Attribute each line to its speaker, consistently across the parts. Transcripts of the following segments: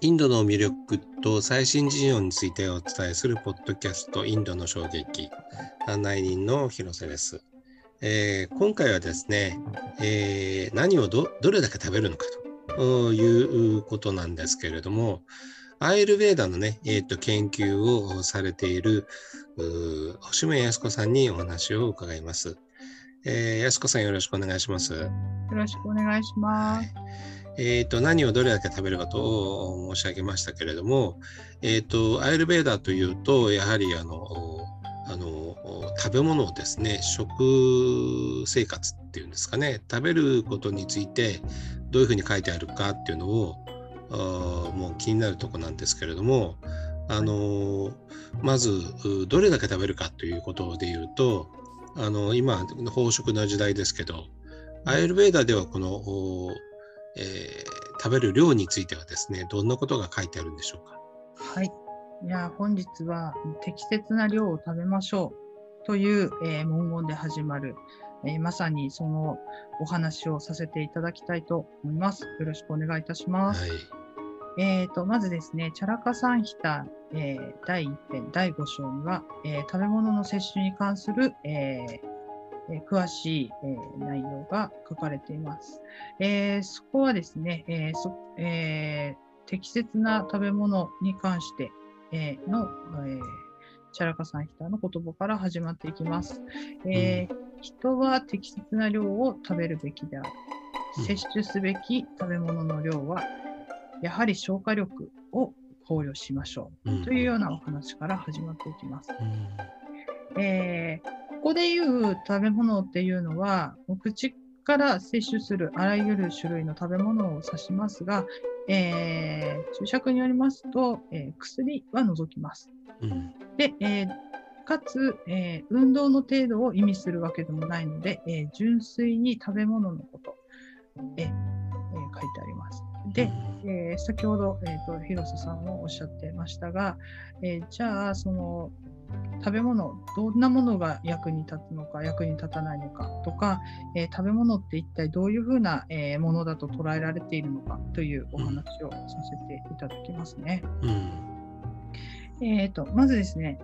Speaker 1: インドの魅力と最新事情についてお伝えするポッドキャストインドの衝撃、案内人の広瀬です。今回はですね、何を どれだけ食べるのかということなんですけれども、アーユルヴェーダのね、研究をされている星目康子さんにお話を伺います。康子さん、よろしくお願いします。よ
Speaker 2: ろしくお願いします。
Speaker 1: 何をどれだけ食べるかと申し上げましたけれども、アーユルヴェーダというとやはり食べ物をですね、食生活っていうんですかね、食べることについてどういうふうに書いてあるかっていうのをもう気になるところなんですけれども、まずどれだけ食べるかということでいうと、今飽食の時代ですけど、アーユルヴェーダではこの食べる量についてはですね、どんなことが書いてあるんでしょうか。
Speaker 2: はい。じゃあ本日は適切な量を食べましょうという、文言で始まる、まさにそのお話をさせていただきたいと思います。よろしくお願いいたします。はい、まずですね、チャラカサンヒタ、第1編、第5章には、食べ物の摂取に関する、詳しい、内容が書かれています。そこはですね、適切な食べ物に関して、の、チャラカサンヒタの言葉から始まっていきます。人は適切な量を食べるべきである。摂取すべき食べ物の量は、やはり消化力を考慮しましょう、というようなお話から始まっていきます。ここでいう食べ物っていうのは、口から摂取するあらゆる種類の食べ物を指しますが、注釈によりますと、薬は除きます。で、かつ、運動の程度を意味するわけでもないので、純粋に食べ物のこと、書いてあります。で、先ほど、広瀬さんもおっしゃってましたが、じゃあその食べ物、どんなものが役に立つのか、役に立たないのかとか、食べ物って一体どういうふうな、ものだと捉えられているのかというお話をさせていただきますね。まずですね、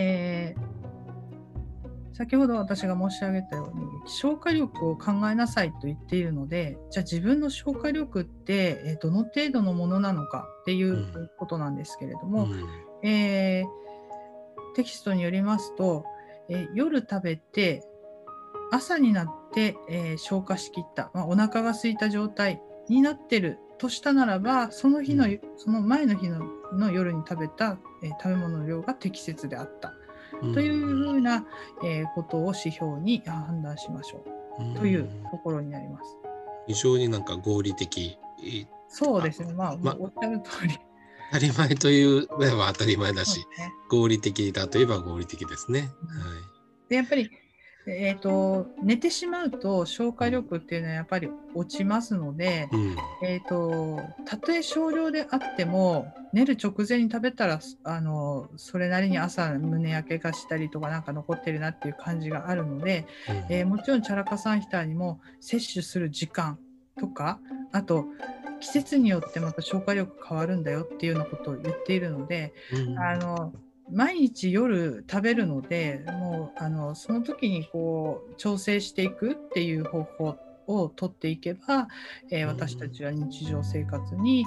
Speaker 2: 先ほど私が申し上げたように消化力を考えなさいと言っているので、じゃあ自分の消化力ってどの程度のものなのかっていうことなんですけれども、テキストによりますと、夜食べて朝になって、消化しきった、お腹が空いた状態になってるとしたならば、その前の日の夜に食べた、食べ物の量が適切であったというふうな、ことを指標に判断しましょうというところになります。
Speaker 1: 非常になんか合理的。
Speaker 2: そうですね。おっしゃる通り。
Speaker 1: 当たり前という場合は当たり前だし、合理的だといえば合理的ですね。
Speaker 2: でやっぱり、寝てしまうと消化力っていうのはやっぱり落ちますので、たとえ少量であっても寝る直前に食べたらそれなりに朝胸焼けがしたりとかなんか残ってるなっていう感じがあるので、もちろんチャラカサンヒタにも摂取する時間とか、あと季節によってまた消化力変わるんだよっていうようなことを言っているので、毎日夜食べるので、もうその時にこう調整していくっていう方法をとっていけば、私たちは日常生活に、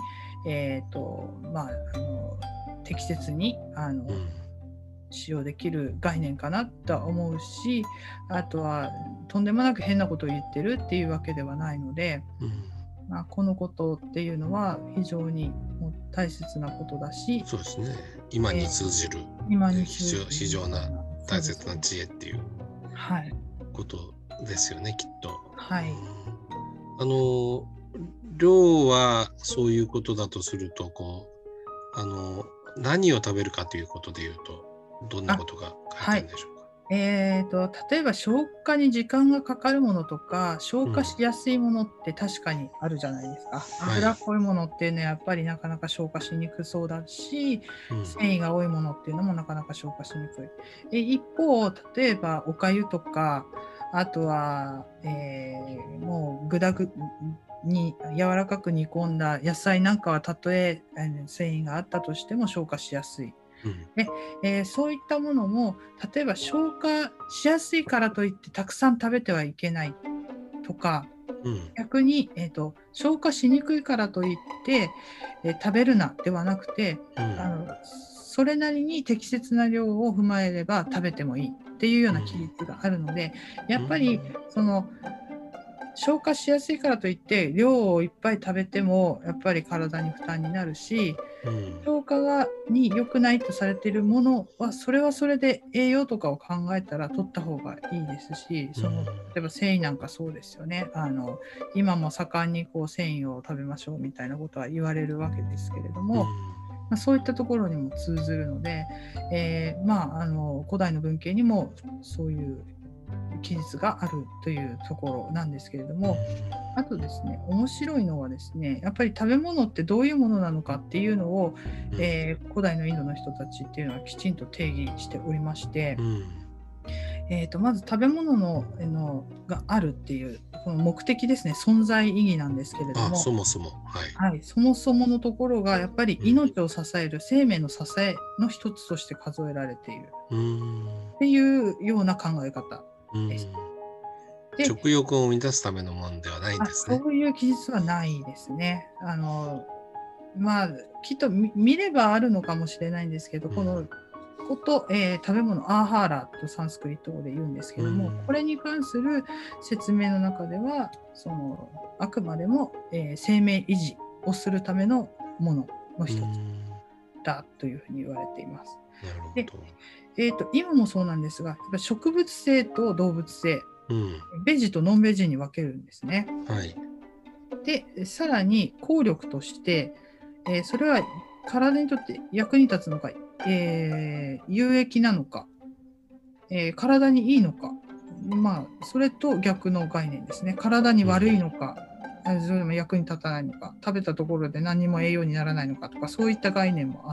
Speaker 2: 適切に使用できる概念かなとは思うし、あとはとんでもなく変なことを言ってるっていうわけではないので、このことっていうのは非常に大切なことだし、
Speaker 1: そうですね。今に通じる、非常な大切な知恵っていうことですよね、きっと。量はそういうことだとすると、何を食べるかということでいうと、どんなことが書いてあるんでしょうか。
Speaker 2: 例えば消化に時間がかかるものとか消化しやすいものって確かにあるじゃないですか。脂っこいものっていうのはやっぱりなかなか消化しにくそうだし、繊維が多いものっていうのもなかなか消化しにくい。一方、例えばおかゆとか、あとは、もうに柔らかく煮込んだ野菜なんかはたとえ繊維があったとしても消化しやすい。でそういったものも例えば消化しやすいからといってたくさん食べてはいけないとか、逆に、消化しにくいからといって、食べるなではなくて、それなりに適切な量を踏まえれば食べてもいいっていうような規律があるので、やっぱりその消化しやすいからといって量をいっぱい食べてもやっぱり体に負担になるし、消化に良くないとされているものはそれはそれで栄養とかを考えたら取った方がいいですし、例えば繊維なんかそうですよね。今も盛んにこう繊維を食べましょうみたいなことは言われるわけですけれども、そういったところにも通ずるので、古代の文献にもそういう記述があるというところなんですけれども、あとですね、面白いのはですね、やっぱり食べ物ってどういうものなのかっていうのを、古代のインドの人たちっていうのはきちんと定義しておりまして、まず食べ物があるっていうこの目的ですね、存在意義なんですけれども、
Speaker 1: そもそも、
Speaker 2: そもそものところがやっぱり命を支える、生命の支えの一つとして数えられているっていうような考え方です。
Speaker 1: 食欲を満たすためのものではないんですね。
Speaker 2: そういう記述はないですね。きっと見ればあるのかもしれないんですけど、この食べ物アーハーラとサンスクリット語で言うんですけども、これに関する説明の中ではあくまでも、生命維持をするためのものの一つだというふうに言われています。で、今もそうなんですが、やっぱり植物性と動物性、ベジとノンベジに分けるんですね。でさらに効力として、それは体にとって役に立つのか、有益なのか、体にいいのか、それと逆の概念ですね。体に悪いのか、それも役に立たないのか、食べたところで何も栄養にならないのかとか、そういった概念もあって、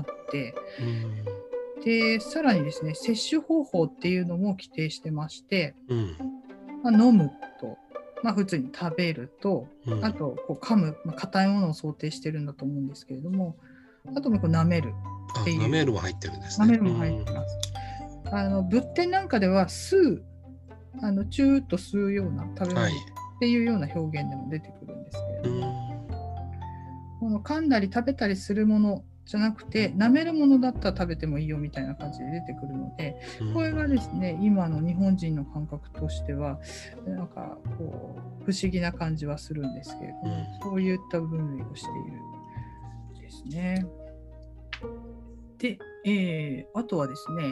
Speaker 2: でさらにですね、摂取方法っていうのも規定してまして、飲むと、普通に食べると、あとこう噛む、硬いものを想定してるんだと思うんですけれども、あとも舐めるっていう。
Speaker 1: 舐めるも入ってるんですね。
Speaker 2: 舐めるも入ってます。仏典なんかでは吸う、チューッと吸うような食べ物っていうような表現でも出てくるんですけれども、この噛んだり食べたりするものじゃなくて、舐めるものだったら食べてもいいよみたいな感じで出てくるので、これがですね、今の日本人の感覚としてはなんかこう不思議な感じはするんですけれども、そういった分類をしているんですね。で、あとはですね、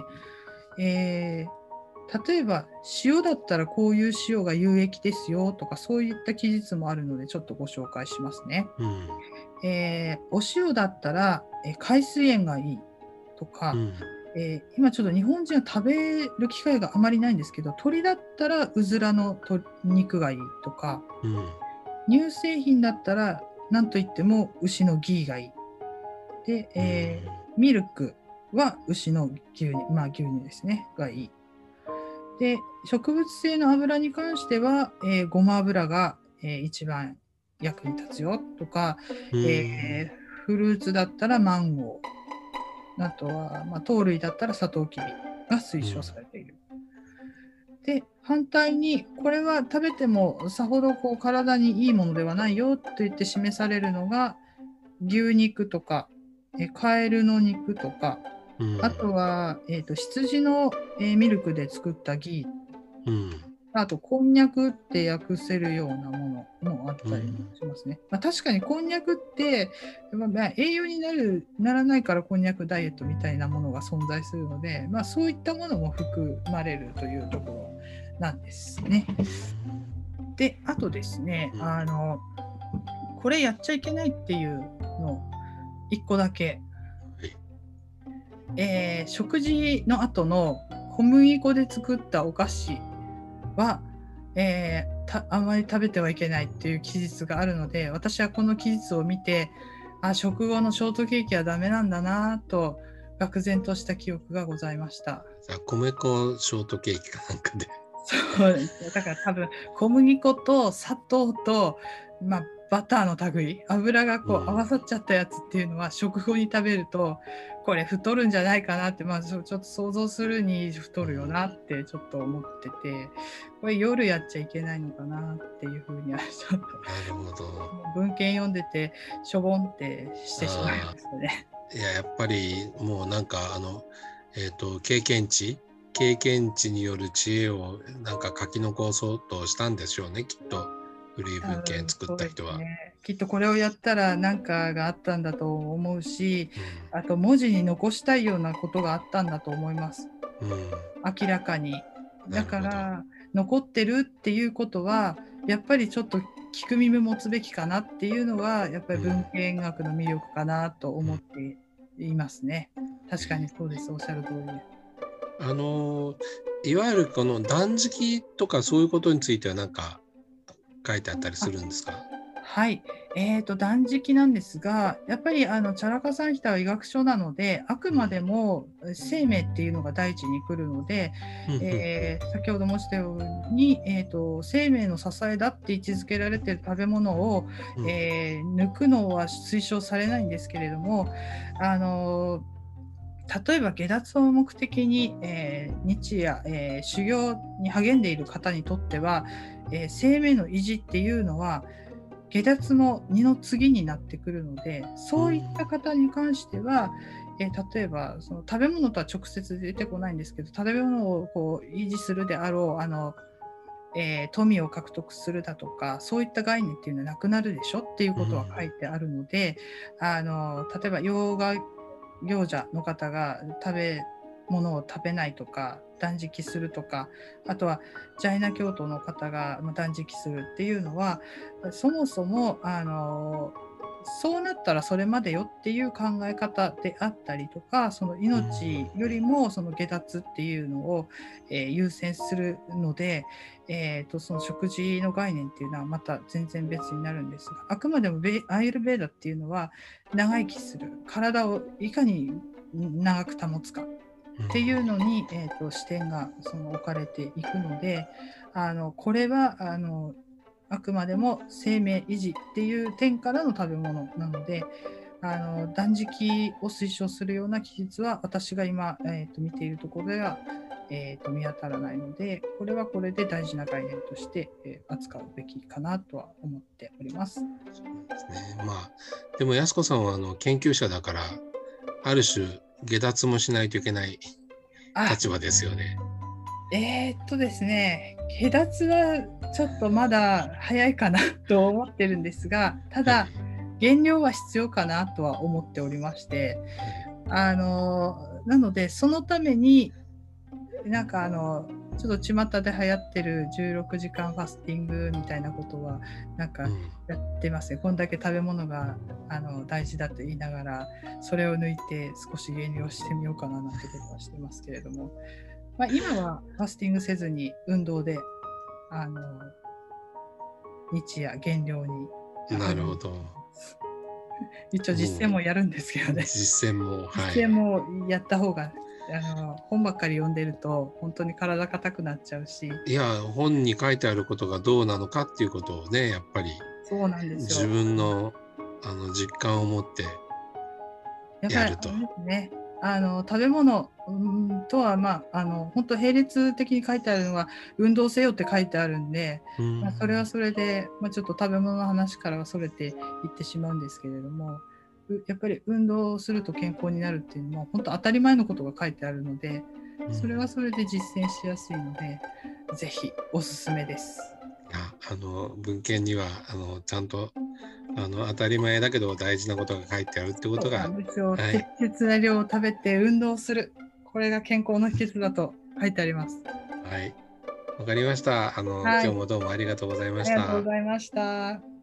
Speaker 2: 例えば塩だったらこういう塩が有益ですよとか、そういった記述もあるのでちょっとご紹介しますね。お塩だったら海水塩がいいとか、今ちょっと日本人は食べる機会があまりないんですけど、鶏だったらうずらの肉がいいとか、乳製品だったら何といっても牛のギーがいい。で、ミルクは牛の牛乳、牛乳ですねがいい。で、植物性の油に関しては、ごま油が、一番役に立つよとか、フルーツだったらマンゴー、あとは、糖類だったらサトウキビが推奨されている。で、反対にこれは食べてもさほどこう体にいいものではないよと言って示されるのが牛肉とか、カエルの肉とか、あとは、羊の、ミルクで作ったギー、あとこんにゃくって訳せるようなものもあったりしますね。確かにこんにゃくって、栄養にならないからこんにゃくダイエットみたいなものが存在するので、そういったものも含まれるというところなんですね。で、あとですね、これやっちゃいけないっていうの1個だけ。食事の後の小麦粉で作ったお菓子は、あまり食べてはいけないっていう記述があるので、私はこの記述を見て、食後のショートケーキはダメなんだなと愕然とした記憶がございました。
Speaker 1: 米粉ショートケーキかなんかで
Speaker 2: そうですよ。だから多分小麦粉と砂糖と、バターの類、油がこう合わさっちゃったやつっていうのは食後に食べるとこれ太るんじゃないかなって、ちょっと想像するに太るよなってちょっと思ってて、これ夜やっちゃいけないのかなっていうふうにはちょっと
Speaker 1: なるほど。
Speaker 2: 文献読んでてしょぼんってしてしまいましたね。
Speaker 1: いや、やっぱりもうなんか経験値による知恵をなんか書き残そうとしたんでしょうね、きっと古い文献作った人は。
Speaker 2: きっとこれをやったら何かがあったんだと思うし、あと文字に残したいようなことがあったんだと思います、明らかに。だから残ってるっていうことはやっぱりちょっと聞く耳持つべきかなっていうのはやっぱり文献学の魅力かなと思っていますね。確かにそうです、おっしゃる通りで。
Speaker 1: いわゆるこの断食とかそういうことについては何か書いてあったりするんですか？
Speaker 2: はい、断食なんですが、やっぱりチャラカサンヒタは医学書なので、あくまでも生命っていうのが第一に来るので、先ほど申したように、生命の支えだって位置づけられている食べ物を、抜くのは推奨されないんですけれども、例えば下脱を目的に、日夜、修行に励んでいる方にとっては、生命の維持っていうのは下脱の2の次になってくるので、そういった方に関しては、例えばその食べ物とは直接出てこないんですけど、食べ物をこう維持するであろう富を獲得するだとか、そういった概念っていうのはなくなるでしょっていうことは書いてあるので、例えばヨガ行者の方が食べ物を食べないとか断食するとか、あとはジャイナ教徒の方が断食するっていうのは、そもそもそうなったらそれまでよっていう考え方であったりとか、その命よりもその下脱っていうのを、優先するので、その食事の概念っていうのはまた全然別になるんですが、あくまでもアーユルヴェーダっていうのは長生きする、体をいかに長く保つかっていうのに、視点が置かれていくので、これはあくまでも生命維持っていう点からの食べ物なので、断食を推奨するような記述は私が今、見ているところでは、見当たらないので、これはこれで大事な概念として、扱うべきかなとは思っております。
Speaker 1: そうですね。でも安子さんは研究者だから、ある種下脱もしないといけない立場ですよね。
Speaker 2: ですね、下脱はちょっとまだ早いかなと思ってるんですが、ただ、減量は必要かなとは思っておりまして、なのでそのためになんかちょっと巷で流行ってる16時間ファスティングみたいなことはなんかやってますね。こんだけ食べ物が大事だと言いながら、それを抜いて少し減量してみようかななんてことはしてますけれども、今はファスティングせずに運動で日夜減量に。
Speaker 1: なるほど。
Speaker 2: 一応実践もやるんですけどね。
Speaker 1: 実践も、
Speaker 2: 実践もやった方が本ばっかり読んでると本当に体硬くなっちゃうし、
Speaker 1: いや本に書いてあることがどうなのかっていうことをね、やっぱり
Speaker 2: そうなんですよ。
Speaker 1: 自分の実感を持ってやると。
Speaker 2: やっぱりですね、食べ物とは本当並列的に書いてあるのは運動せよって書いてあるんで、それはそれで、ちょっと食べ物の話からはそれていってしまうんですけれども、やっぱり運動すると健康になるっていうのも本当当たり前のことが書いてあるので、それはそれで実践しやすいので、ぜひおすすめです。
Speaker 1: 文献にはちゃんと当たり前だけど大事なことが書いてあるってことが、
Speaker 2: 適切な量を食べて運動する、これが健康の秘訣だと書いてあります。
Speaker 1: はい、わかりました。今日もどうもありがとうございました。
Speaker 2: ありがとうございました。